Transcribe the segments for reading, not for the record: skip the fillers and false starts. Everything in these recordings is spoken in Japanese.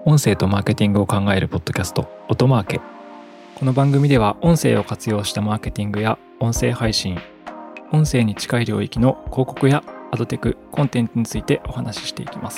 音声とマーケティングを考えるポッドキャスト音マーケ。この番組では音声を活用したマーケティングや音声配信、音声に近い領域の広告やアドテク、コンテンツについてお話ししていきます。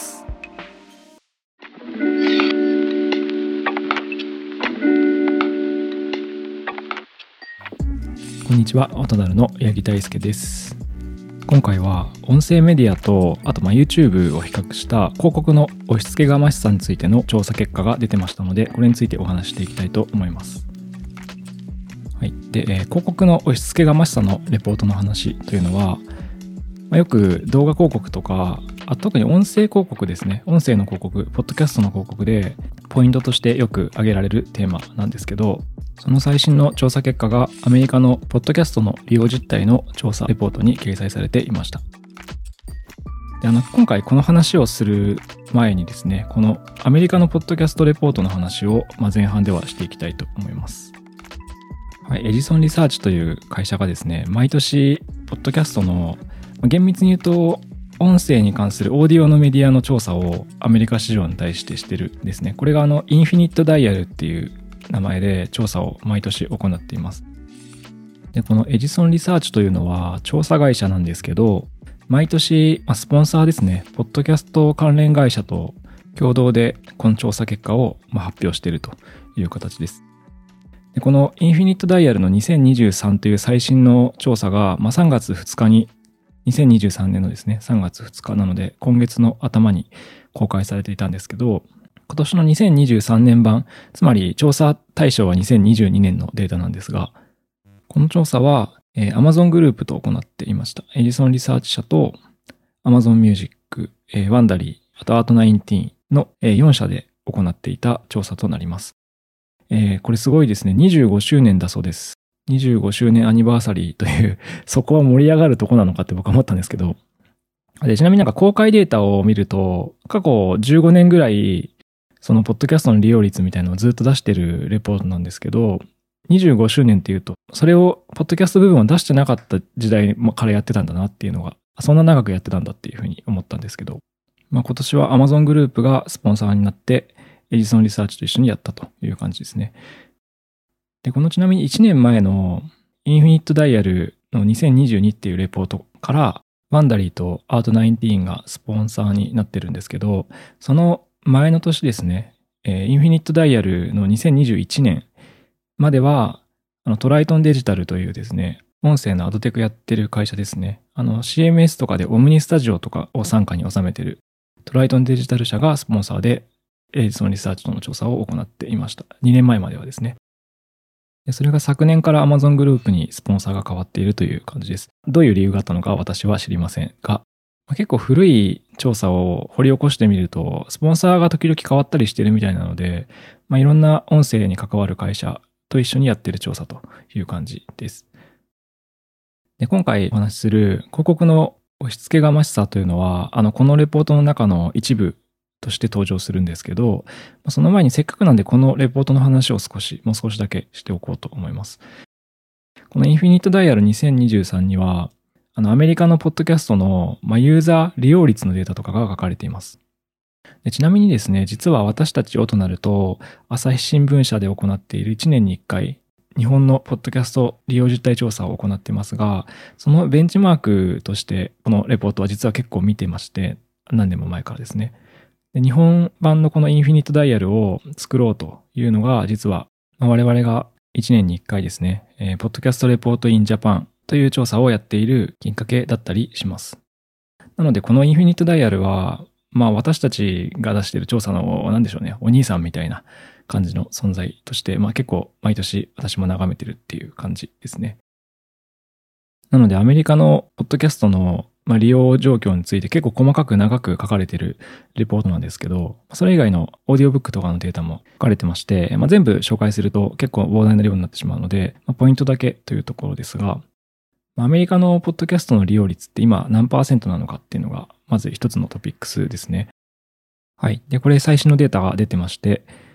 こんにちは、音なるの八木大輔です。今回は音声メディアとあとYouTube を比較した広告の押し付けがましさについての調査結果が出てましたので、これについてお話していきたいと思います。はい。で、広告の押し付けがましさのレポートの話というのは、よく動画広告とか、特に音声広告ですね。音声の広告、ポッドキャストの広告でポイントとしてよく挙げられるテーマなんですけど、その最新の調査結果がアメリカのポッドキャストの利用実態の調査レポートに掲載されていました。で、今回この話をする前にですね、このアメリカのポッドキャストレポートの話を前半ではしていきたいと思います。はい、エジソンリサーチという会社がですね、毎年ポッドキャストの厳密に言うと音声に関するオーディオのメディアの調査をアメリカ市場に対してしてるんですね。これがインフィニットダイヤルっていう名前で調査を毎年行っています。で、このエジソンリサーチというのは調査会社なんですけど、毎年スポンサーですね、ポッドキャスト関連会社と共同でこの調査結果を発表しているという形です。で、このインフィニットダイヤルの2023という最新の調査が3月2日に2023年のですね、3月2日なので今月の頭に公開されていたんですけど、今年の2023年版、つまり調査対象は2022年のデータなんですが、この調査は、Amazon グループと行っていました。エジソンリサーチ社と Amazon Music、ワンダリー、あとアート19の4社で行っていた調査となります。これすごいですね。25周年だそうです。25周年アニバーサリーという、そこは盛り上がるとこなのかって僕は思ったんですけど、で、ちなみに公開データを見ると、過去15年ぐらい、そのポッドキャストの利用率みたいなのをずっと出してるレポートなんですけど、25周年っていうと、それを、ポッドキャスト部分を出してなかった時代からやってたんだなっていうのが、そんな長くやってたんだっていうふうに思ったんですけど、今年は Amazon グループがスポンサーになって、エジソンリサーチと一緒にやったという感じですね。で、ちなみに1年前のインフィニットダイヤルの2022っていうレポートから、ワンダリーとアート19がスポンサーになってるんですけど、その前の年ですね、インフィニットダイヤルの2021年までは、トライトンデジタルというですね、音声のアドテクやってる会社ですね。CMS とかでオムニスタジオとかを傘下に収めてるトライトンデジタル社がスポンサーで、エジソンリサーチとの調査を行っていました。2年前まではですね。で、それが昨年から Amazon グループにスポンサーが変わっているという感じです。どういう理由があったのか私は知りませんが、結構古い調査を掘り起こしてみると、スポンサーが時々変わったりしてるみたいなので、いろんな音声に関わる会社と一緒にやってる調査という感じです。で、今回お話しする広告の押し付けがましさというのは、このレポートの中の一部として登場するんですけど、その前にせっかくなんでこのレポートの話をもう少しだけしておこうと思います。このインフィニットダイヤル2023には、アメリカのポッドキャストのユーザー利用率のデータとかが書かれています。で、ちなみにですね、実は私たち音なると、朝日新聞社で行っている1年に1回、日本のポッドキャスト利用実態調査を行っていますが、そのベンチマークとして、このレポートは実は結構見てまして、何年も前からですね。で、日本版のこのインフィニットダイヤルを作ろうというのが、実は我々が1年に1回ですね、ポッドキャストレポートインジャパンという調査をやっているきっかけだったりします。なので、このインフィニットダイヤルは、私たちが出している調査の、なんでしょうね、お兄さんみたいな感じの存在として、結構毎年私も眺めてるっていう感じですね。なので、アメリカのポッドキャストの利用状況について結構細かく長く書かれているレポートなんですけど、それ以外のオーディオブックとかのデータも書かれてまして、全部紹介すると結構膨大な量になってしまうので、ポイントだけというところですが、アメリカのポッドキャストの利用率って今何%なのかっていうのが、まず一つのトピックスですね。はい。で、これ最新のデータが出てまして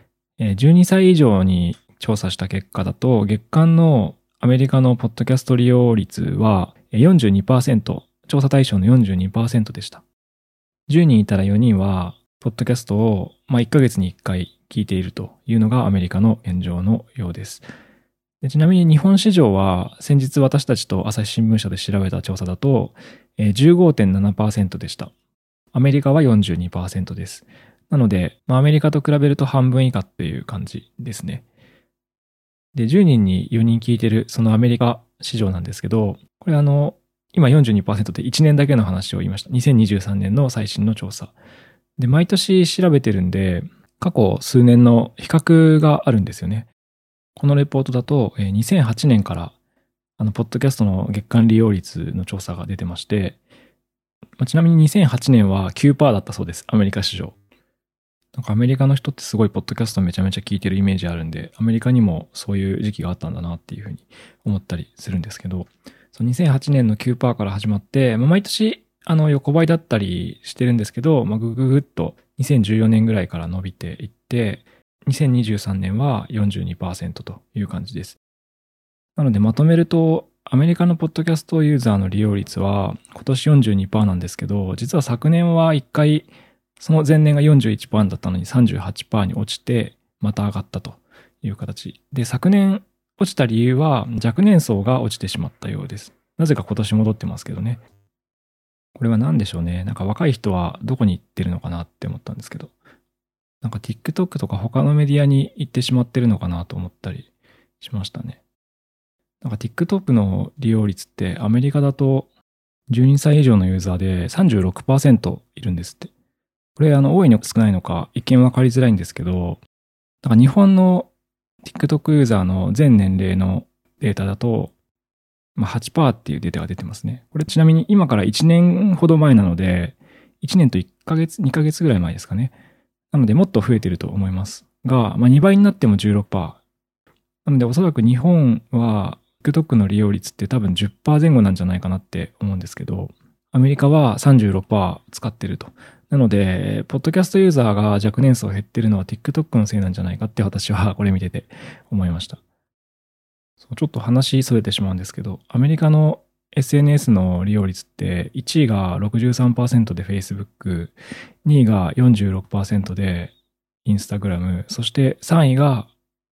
、12歳以上に調査した結果だと、月間のアメリカのポッドキャスト利用率は 42%、調査対象の 42% でした。10人いたら4人はポッドキャストを、1ヶ月に1回聞いているというのがアメリカの現状のようです。でちなみに日本市場は先日私たちと朝日新聞社で調べた調査だと 15.7% でした。アメリカは 42% です。なので、アメリカと比べると半分以下っていう感じですね。で、10人に4人聞いてるそのアメリカ市場なんですけど、これ今 42% で1年だけの話を言いました。2023年の最新の調査。で、毎年調べてるんで、過去数年の比較があるんですよね。このレポートだと、2008年から、ポッドキャストの月間利用率の調査が出てまして、ちなみに2008年は 9% だったそうです。アメリカ市場。なんかアメリカの人ってすごいポッドキャストめちゃめちゃ聞いてるイメージあるんで、アメリカにもそういう時期があったんだなっていうふうに思ったりするんですけど、その2008年の 9% から始まって、毎年横ばいだったりしてるんですけど、ぐぐぐっと2014年ぐらいから伸びていって、2023年は 42% という感じです。なのでまとめると、アメリカのポッドキャストユーザーの利用率は今年 42% なんですけど、実は昨年は1回、その前年が 41% だったのに 38% に落ちて、また上がったという形。で、昨年落ちた理由は若年層が落ちてしまったようです。なぜか今年戻ってますけどね。これは何でしょうね。なんか若い人はどこに行ってるのかなって思ったんですけど。なんか TikTok とか他のメディアに行ってしまってるのかなと思ったりしましたね。なんか TikTok の利用率ってアメリカだと12歳以上のユーザーで 36% いるんですって。これ多いのか少ないのか一見分かりづらいんですけど、なんか日本の TikTok ユーザーの全年齢のデータだと、8% っていうデータが出てますね。これちなみに今から1年ほど前なので、1年と1ヶ月、2ヶ月ぐらい前ですかね。なのでもっと増えてると思いますが、2倍になっても 16%。なのでおそらく日本は TikTok の利用率って多分 10% 前後なんじゃないかなって思うんですけど、アメリカは 36% 使ってると。なので、ポッドキャストユーザーが若年層減ってるのは TikTok のせいなんじゃないかって私はこれ見てて思いました。ちょっと話それてしまうんですけど、アメリカの SNS の利用率って1位が 63% で Facebook、2位が 46% で Instagram、そして3位が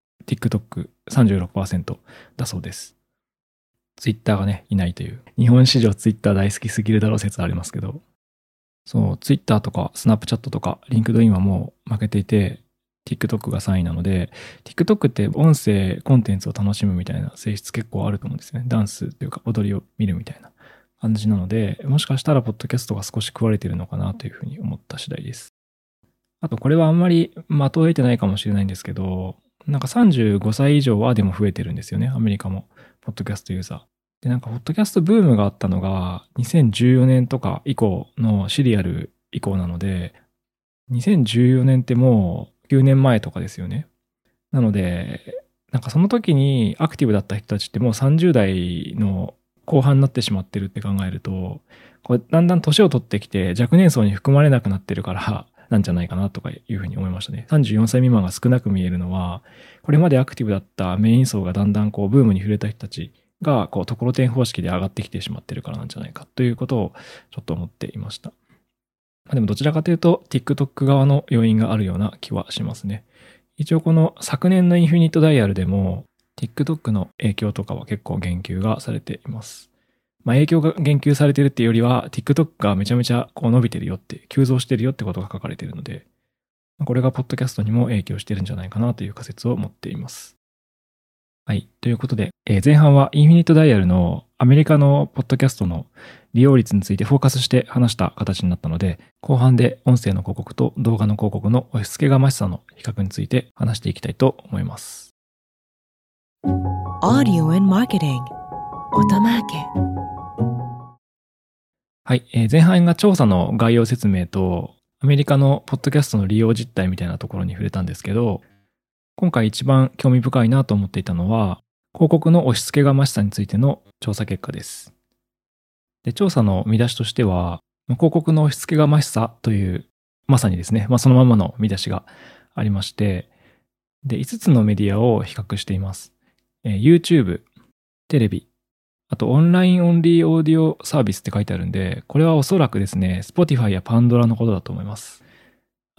TikTok36% だそうです。Twitter がね、いないという。日本市場 Twitter 大好きすぎるだろう説ありますけど、そう、Twitter とか Snapchat とか LinkedIn はもう負けていて、TikTok が3位なので、TikTok って音声コンテンツを楽しむみたいな性質結構あると思うんですね。ダンスというか踊りを見るみたいな感じなので、もしかしたらポッドキャストが少し食われてるのかなというふうに思った次第です。あとこれはあんまり的を得てないかもしれないんですけど、なんか35歳以上はでも増えてるんですよね。アメリカも、ポッドキャストユーザー。で、なんかポッドキャストブームがあったのが2014年とか以降のシリアル以降なので、2014年ってもう9年前とかですよね。なので、なんかその時にアクティブだった人たちってもう30代の後半になってしまってるって考えると、これだんだん年を取ってきて若年層に含まれなくなってるからなんじゃないかなとかいうふうに思いましたね。34歳未満が少なく見えるのは、これまでアクティブだったメイン層がだんだんこうブームに触れた人たちがこうところてん方式で上がってきてしまってるからなんじゃないかということをちょっと思っていました。でもどちらかというと TikTok 側の要因があるような気はしますね。一応この昨年のインフィニットダイヤルでも TikTok の影響とかは結構言及がされています。影響が言及されてるっていうよりは TikTok がめちゃめちゃこう伸びてるよって急増してるよってことが書かれているので、これがポッドキャストにも影響してるんじゃないかなという仮説を持っています。はい。ということで、前半はインフィニットダイヤルのアメリカのポッドキャストの利用率についてフォーカスして話した形になったので、後半で音声の広告と動画の広告の押し付けがましさの比較について話していきたいと思います。 Audio and Marketing Otamaake。 はい。前半が調査の概要説明とアメリカのポッドキャストの利用実態みたいなところに触れたんですけど、今回一番興味深いなと思っていたのは、広告の押し付けがましさについての調査結果です。で、調査の見出しとしては、広告の押し付けがましさという、まさにですね、そのままの見出しがありまして、で、5つのメディアを比較しています。YouTube、テレビ、あとオンラインオンリーオーディオサービスって書いてあるんで、これはおそらくですね、Spotify や Pandora のことだと思います。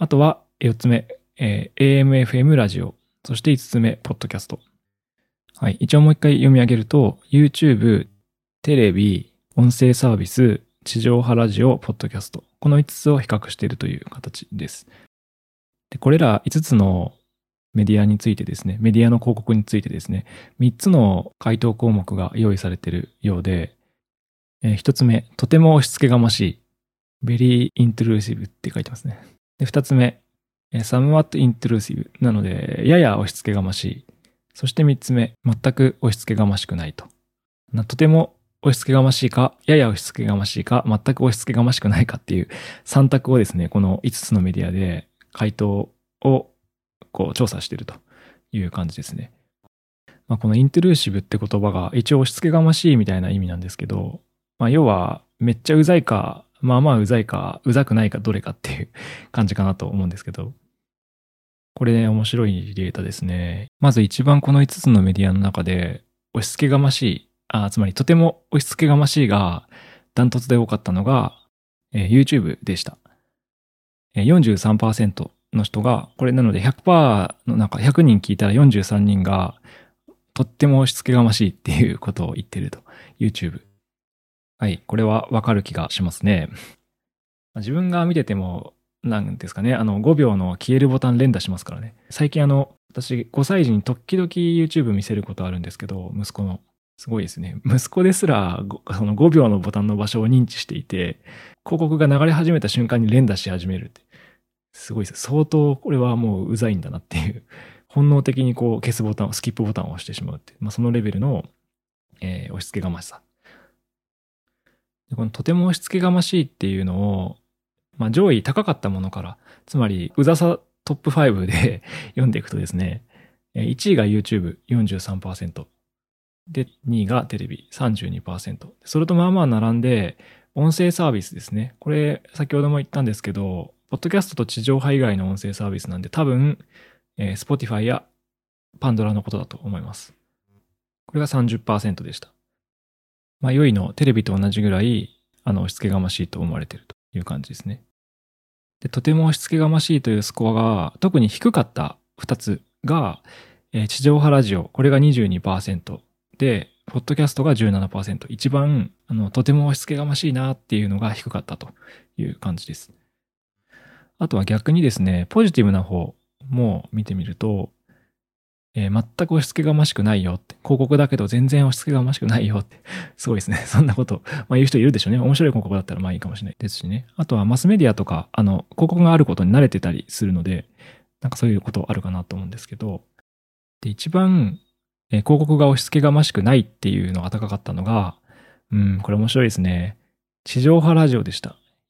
あとは4つ目、AM/FM ラジオ。そして5つ目、ポッドキャスト。はい。一応もう一回読み上げると、YouTube、テレビ、音声サービス、地上波ラジオ、ポッドキャスト。この5つを比較しているという形です。で、これら5つのメディアについてですね、メディアの広告についてですね、3つの回答項目が用意されているようで、1つ目、とても押し付けがましい。very intrusive って書いてますね。で、2つ目、somewhat intrusive なので、やや押し付けがましい。そして3つ目、全く押し付けがましくないと。とても押し付けがましいか、やや押し付けがましいか、全く押し付けがましくないかっていう3択をですね、この5つのメディアで回答を調査しているという感じですね。このイントゥルーシブって言葉が一応押し付けがましいみたいな意味なんですけど、要はめっちゃうざいか、まあまあうざいか、うざくないかどれかっていう感じかなと思うんですけど、これね、面白いデータですね。まず一番この5つのメディアの中で押し付けがましい、つまりとても押し付けがましいがダントツで多かったのが、YouTube でした。43% の人が、これなので 100% の中100人聞いたら43人がとっても押し付けがましいっていうことを言ってると。YouTube。はい。これはわかる気がしますね。自分が見てても、なんですかね、5秒の消えるボタン連打しますからね。最近私5歳児に時々 YouTube 見せることあるんですけど、息子の。すごいですね。息子ですら、その5秒のボタンの場所を認知していて、広告が流れ始めた瞬間に連打し始めるって。すごいです。相当これはもううざいんだなっていう。本能的に消すボタンを、スキップボタンを押してしまうって。そのレベルの、押し付けがましさ。でこのとても押し付けがましいっていうのを、上位高かったものから、つまりうざさトップ5で読んでいくとですね、1位が YouTube43%。で、2位がテレビ 32%。それとまあまあ並んで、音声サービスですね。これ、先ほども言ったんですけど、ポッドキャストと地上波以外の音声サービスなんで、多分、Spotify やパンドラのことだと思います。これが 30% でした。良いのテレビと同じぐらい、押し付けがましいと思われているという感じですね。で、とても押し付けがましいというスコアが、特に低かった2つが、地上波ラジオ、これが 22%。で、ポッドキャストが 17%。一番、とても押し付けがましいなっていうのが低かったという感じです。あとは逆にですね、ポジティブな方も見てみると、全く押し付けがましくないよって、広告だけど全然押し付けがましくないよって、すごいですね。そんなこと、言う人いるでしょうね。面白い広告だったらいいかもしれないですしね。あとはマスメディアとか、広告があることに慣れてたりするので、そういうことあるかなと思うんですけど、で、一番、広告が押し付けがましくないっていうのが高かったのが、これ面白いですね。地上波ラジオでした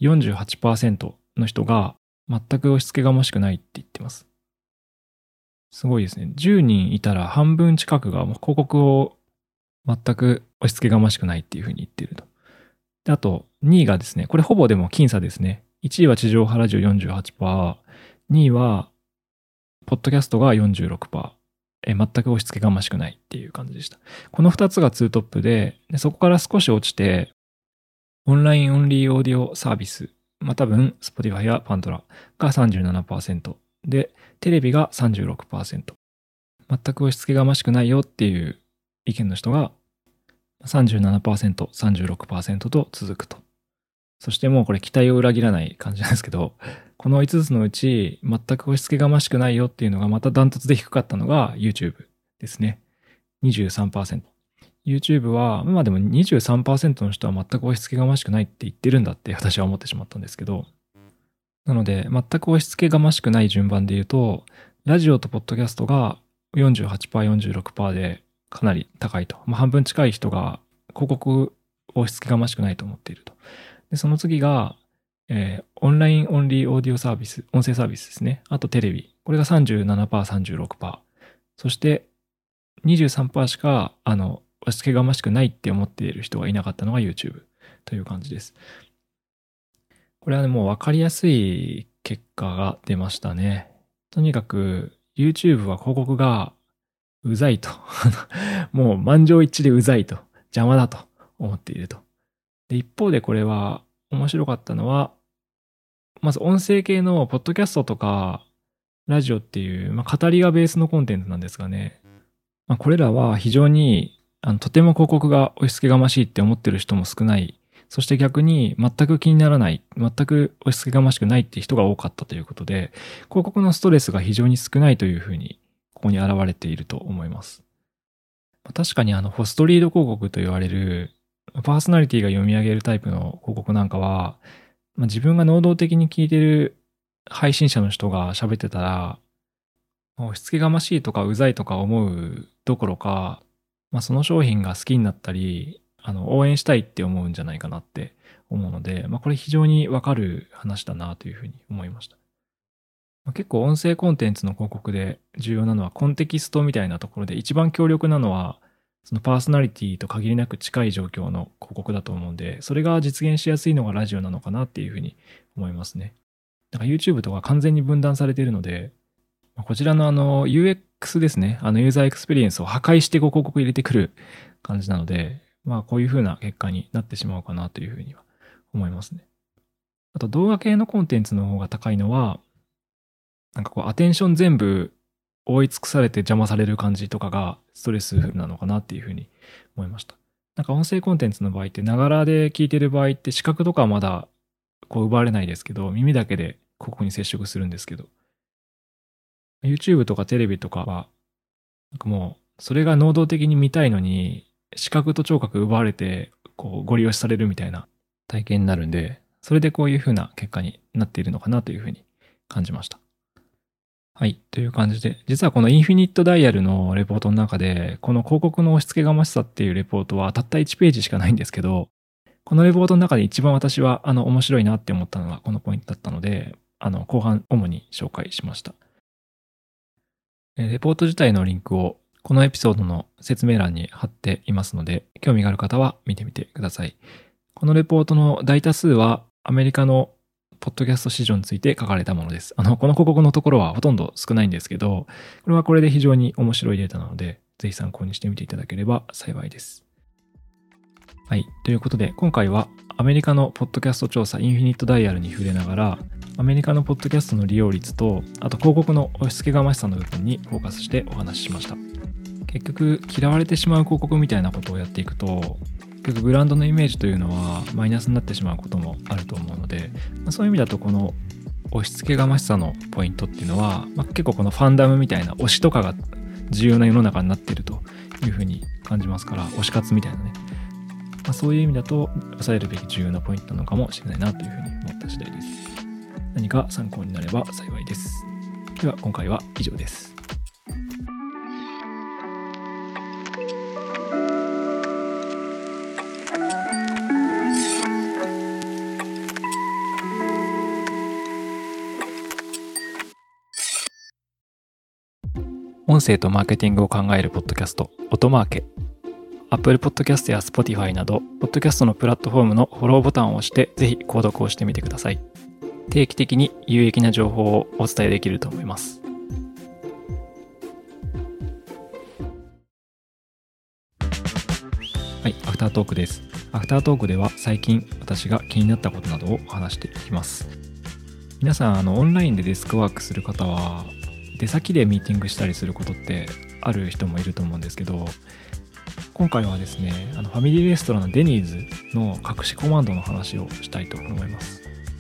。48% の人が全く押し付けがましくないって言ってます。すごいですね。10人いたら半分近くが広告を全く押し付けがましくないっていうふうに言っていると。で、あと2位がですね、これほぼでも僅差ですね。1位は地上波ラジオ 48%、2位はポッドキャストが 46%。全く押し付けがましくないっていう感じでした。この2つが2トップで、そこから少し落ちて、オンラインオンリーオーディオサービス、多分 Spotify やパンドラが 37%。で、テレビが 36%。全く押し付けがましくないよっていう意見の人が 37%、36% と続くと。そしてもうこれ期待を裏切らない感じなんですけど、この5つのうち全く押し付けがましくないよっていうのがまたダントツで低かったのが YouTube ですね。23%。YouTube は、でも 23% の人は全く押し付けがましくないって言ってるんだって私は思ってしまったんですけど、なので全く押し付けがましくない順番で言うと、ラジオとポッドキャストが 48%、46% でかなり高いと。半分近い人が広告押し付けがましくないと思っていると。で、その次が、オンラインオンリーオーディオサービス、音声サービスですね。あとテレビ。これが 37%、36%。そして 23% しか、押し付けがましくないって思っている人がいなかったのが YouTube という感じです。これはね、もう分かりやすい結果が出ましたね。とにかく YouTube は広告がうざいと。もう満場一致でうざいと。邪魔だと思っていると。で、一方でこれは面白かったのは、 まず音声系のポッドキャストとかラジオっていう、語りがベースのコンテンツなんですがね、これらは非常にとても広告が押し付けがましいって思ってる人も少ない。そして逆に全く気にならない、全く押し付けがましくないっていう人が多かったということで、広告のストレスが非常に少ないというふうにここに現れていると思います。確かにホストリード広告と言われるパーソナリティが読み上げるタイプの広告なんかは、自分が能動的に聞いてる配信者の人が喋ってたら、押し付けがましいとかうざいとか思うどころか、その商品が好きになったり、応援したいって思うんじゃないかなって思うので、これ非常にわかる話だなというふうに思いました。結構音声コンテンツの広告で重要なのはコンテキストみたいなところで一番強力なのはそのパーソナリティと限りなく近い状況の広告だと思うんで、それが実現しやすいのがラジオなのかなっていうふうに思いますね。YouTube とか完全に分断されているので、こちらのUX ですね、ユーザーエクスペリエンスを破壊して広告入れてくる感じなので、こういう風な結果になってしまうかなというふうには思いますね。あと動画系のコンテンツの方が高いのは、アテンション全部覆い尽くされて邪魔される感じとかがストレスフルなのかなっていうふうに思いました。音声コンテンツの場合ってながらで聞いてる場合って視覚とかはまだ奪われないですけど、耳だけでここに接触するんですけど、YouTube とかテレビとかはもうそれが能動的に見たいのに視覚と聴覚奪われてご利用しされるみたいな体験になるんで、それでこういう風な結果になっているのかなというふうに感じました。はい。という感じで、実はこのインフィニットダイヤルのレポートの中で、この広告の押し付けがましさっていうレポートはたった1ページしかないんですけど、このレポートの中で一番私は面白いなって思ったのがこのポイントだったので、後半主に紹介しました。レポート自体のリンクをこのエピソードの説明欄に貼っていますので、興味がある方は見てみてください。このレポートの大多数はアメリカのポッドキャスト市場について書かれたものです。この広告のところはほとんど少ないんですけど、これはこれで非常に面白いデータなので、ぜひ参考にしてみていただければ幸いです。はい。ということで、今回はアメリカのポッドキャスト調査インフィニットダイヤルに触れながら、アメリカのポッドキャストの利用率と、あと広告の押し付けがましさの部分にフォーカスしてお話ししました。結局、嫌われてしまう広告みたいなことをやっていくと、結局ブランドのイメージというのはマイナスになってしまうこともあると思うので、そういう意味だとこの押し付けがましさのポイントっていうのは、結構このファンダムみたいな推しとかが重要な世の中になっているというふうに感じますから、推し活みたいなね、そういう意味だと抑えるべき重要なポイントなのかもしれないなというふうに思った次第です。何か参考になれば幸いです。では今回は以上です。音声とマーケティングを考えるポッドキャスト、音マーケ。Apple Podcast や Spotify など、ポッドキャストのプラットフォームのフォローボタンを押して、ぜひ購読をしてみてください。定期的に有益な情報をお伝えできると思います。はい、アフタートークです。アフタートークでは最近私が気になったことなどを話していきます。皆さん、オンラインでデスクワークする方は、出先でミーティングしたりすることってある人もいると思うんですけど、今回はですね、ファミリーレストランのデニーズの隠しコマンドの話をしたいと思います。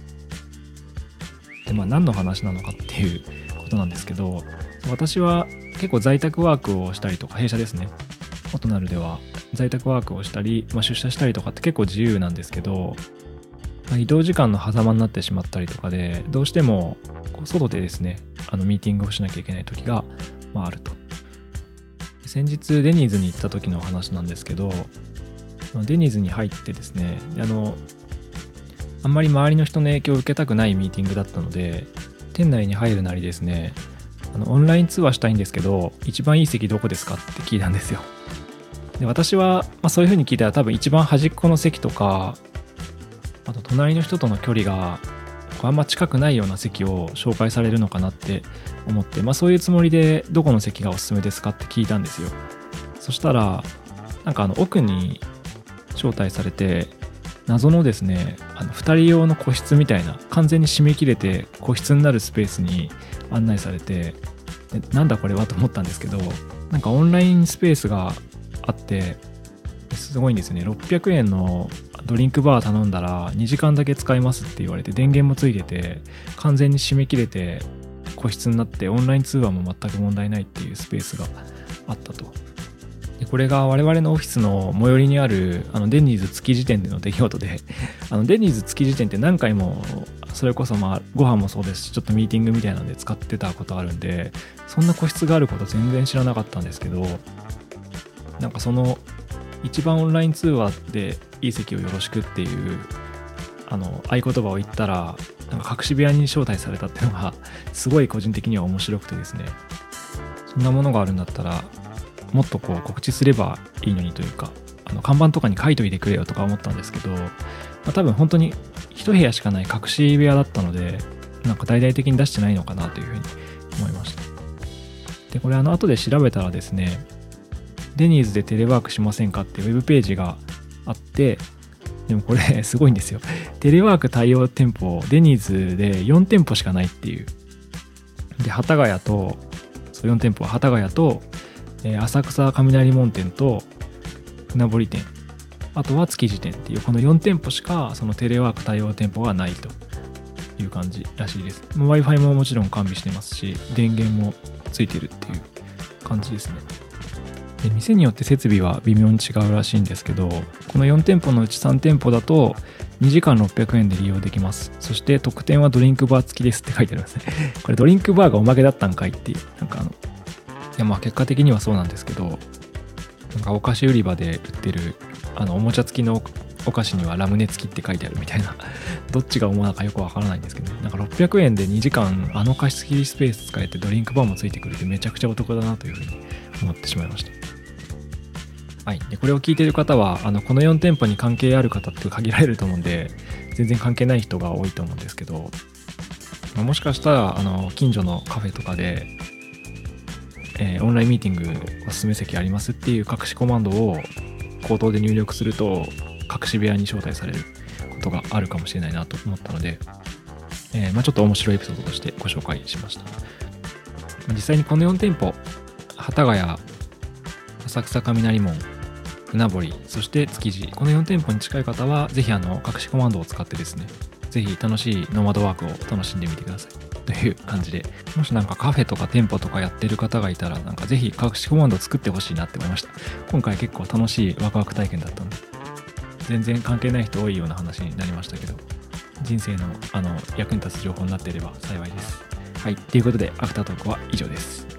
で、何の話なのかっていうことなんですけど、私は結構在宅ワークをしたりとか、弊社ですね、オトナルでは在宅ワークをしたり、出社したりとかって結構自由なんですけど、移動時間の狭間になってしまったりとかで、どうしても外でですね、ミーティングをしなきゃいけない時が、あると。先日デニーズに行った時の話なんですけど、デニーズに入ってですね、あんまり周りの人の影響を受けたくないミーティングだったので、店内に入るなりですね、オンライン通話したいんですけど、一番いい席どこですかって聞いたんですよ。で、私は、そういう風に聞いたら多分一番端っこの席とか、あと隣の人との距離があんま近くないような席を紹介されるのかなって思って、そういうつもりでどこの席がおすすめですかって聞いたんですよ。そしたら奥に招待されて、謎のですね、 2人用の個室みたいな、完全に締め切れて個室になるスペースに案内されて、なんだこれはと思ったんですけど、なんかオンラインスペースがあって、すごいんですよね。600円のドリンクバー頼んだら2時間だけ使えますって言われて、電源もついてて完全に締め切れて個室になって、オンライン通話も全く問題ないっていうスペースがあったと。でこれが我々のオフィスの最寄りにあるデニーズ築地店での出来事で、デニーズ築地店って何回もそれこそご飯もそうですし、ちょっとミーティングみたいなので使ってたことあるんで、そんな個室があること全然知らなかったんですけど、なんかその一番オンライン通話でいい席をよろしくっていう合言葉を言ったら、なんか隠し部屋に招待されたっていうのがすごい個人的には面白くてですね、そんなものがあるんだったらもっとこう告知すればいいのにというか、看板とかに書いといてくれよとか思ったんですけど、多分本当に一部屋しかない隠し部屋だったので、なんか大々的に出してないのかなというふうに思いました。でこれ後で調べたらですね、デニーズでテレワークしませんかっていうウェブページがあって、でもこれすごいんですよ。テレワーク対応店舗、デニーズで4店舗しかないっていう。で幡ヶ谷と、4店舗は幡ヶ谷と、浅草雷門店と船堀店、あとは築地店っていう、この4店舗しかそのテレワーク対応店舗がないという感じらしいです。Wi-Fi ももちろん完備してますし、電源もついてるっていう感じですね。で店によって設備は微妙に違うらしいんですけど、この4店舗のうち3店舗だと2時間600円で利用できます。そして特典はドリンクバー付きですって書いてありますね。これドリンクバーがおまけだったんかいっていう、なんかいや結果的にはそうなんですけど、なんかお菓子売り場で売ってるおもちゃ付きのお菓子にはラムネ付きって書いてあるみたいな、どっちが主なのかよくわからないんですけど、なんか600円で2時間加湿器スペース使えてドリンクバーもついてくるってめちゃくちゃお得だなというふうに思ってしまいました。はい、でこれを聞いている方はこの4店舗に関係ある方って限られると思うんで、全然関係ない人が多いと思うんですけど、もしかしたら近所のカフェとかで、オンラインミーティングおすすめ席ありますっていう隠しコマンドを口頭で入力すると隠し部屋に招待されることがあるかもしれないなと思ったので、ちょっと面白いエピソードとしてご紹介しました。実際にこの4店舗、幡ヶ谷、浅草雷門、船堀、そして築地、この4店舗に近い方はぜひ隠しコマンドを使ってですね、ぜひ楽しいノマドワークを楽しんでみてくださいという感じで、もしなんかカフェとか店舗とかやってる方がいたら、なんかぜひ隠しコマンドを作ってほしいなって思いました。今回結構楽しいワクワク体験だったので、全然関係ない人多いような話になりましたけど、人生の役に立つ情報になっていれば幸いです。はい、ということでアフタートークは以上です。